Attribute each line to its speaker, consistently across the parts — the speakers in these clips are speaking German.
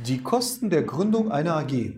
Speaker 1: Die Kosten der Gründung einer AG.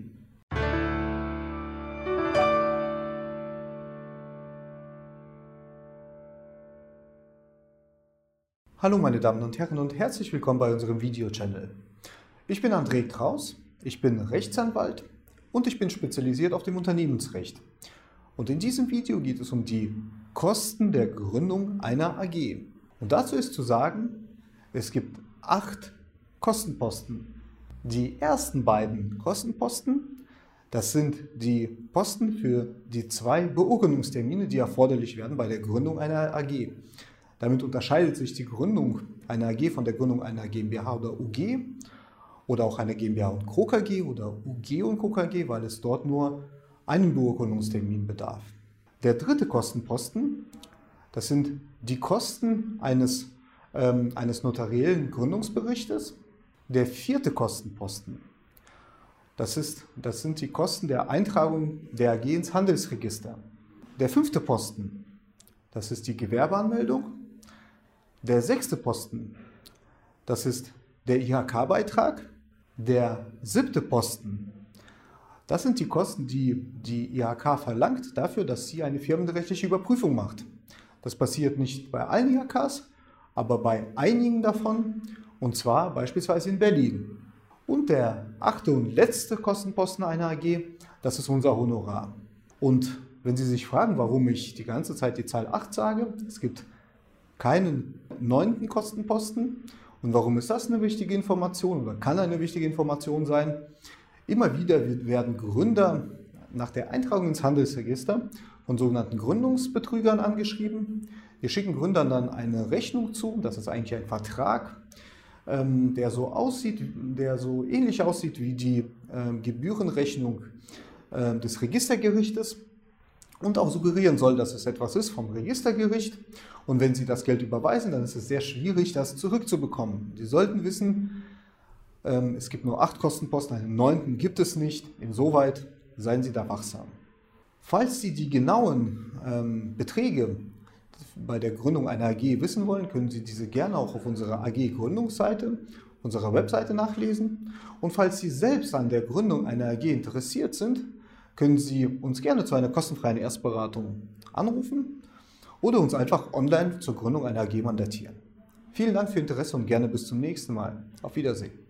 Speaker 1: Hallo meine Damen und Herren und herzlich willkommen bei unserem Video-Channel. Ich bin André Kraus, ich bin Rechtsanwalt und ich bin spezialisiert auf dem Unternehmensrecht. Und in diesem Video geht es um die Kosten der Gründung einer AG. Und dazu ist zu sagen, es gibt 8 Kostenposten. Die ersten beiden Kostenposten, das sind die Posten für die 2 Beurkundungstermine, die erforderlich werden bei der Gründung einer AG. Damit unterscheidet sich die Gründung einer AG von der Gründung einer GmbH oder UG oder auch einer GmbH und Co. KG oder UG und Co. KG, weil es dort nur einen Beurkundungstermin bedarf. Der dritte Kostenposten, das sind die Kosten eines notariellen Gründungsberichtes. Der vierte Kostenposten, das sind die Kosten der Eintragung der AG ins Handelsregister. Der 5. Posten, das ist die Gewerbeanmeldung. Der 6. Posten, das ist der IHK-Beitrag. Der 7. Posten, das sind die Kosten, die die IHK verlangt dafür, dass sie eine firmenrechtliche Überprüfung macht. Das passiert nicht bei allen IHKs, aber bei einigen davon. Und zwar beispielsweise in Berlin. Und der 8. und letzte Kostenposten einer AG, das ist unser Honorar. Und wenn Sie sich fragen, warum ich die ganze Zeit die Zahl 8 sage, es gibt keinen 9. Kostenposten. Und warum ist das eine wichtige Information oder kann eine wichtige Information sein? Immer wieder werden Gründer nach der Eintragung ins Handelsregister von sogenannten Gründungsbetrügern angeschrieben. Wir schicken Gründern dann eine Rechnung zu, das ist eigentlich ein Vertrag, der so ähnlich aussieht wie die Gebührenrechnung des Registergerichtes und auch suggerieren soll, dass es etwas ist vom Registergericht. Und wenn Sie das Geld überweisen, dann ist es sehr schwierig, das zurückzubekommen. Sie sollten wissen, es gibt nur 8 Kostenposten, einen 9. gibt es nicht. Insoweit seien Sie da wachsam. Falls Sie die genauen Beträge bei der Gründung einer AG wissen wollen, können Sie diese gerne auch auf unserer AG-Gründungsseite, unserer Webseite nachlesen. Und falls Sie selbst an der Gründung einer AG interessiert sind, können Sie uns gerne zu einer kostenfreien Erstberatung anrufen oder uns einfach online zur Gründung einer AG mandatieren. Vielen Dank für Ihr Interesse und gerne bis zum nächsten Mal. Auf Wiedersehen.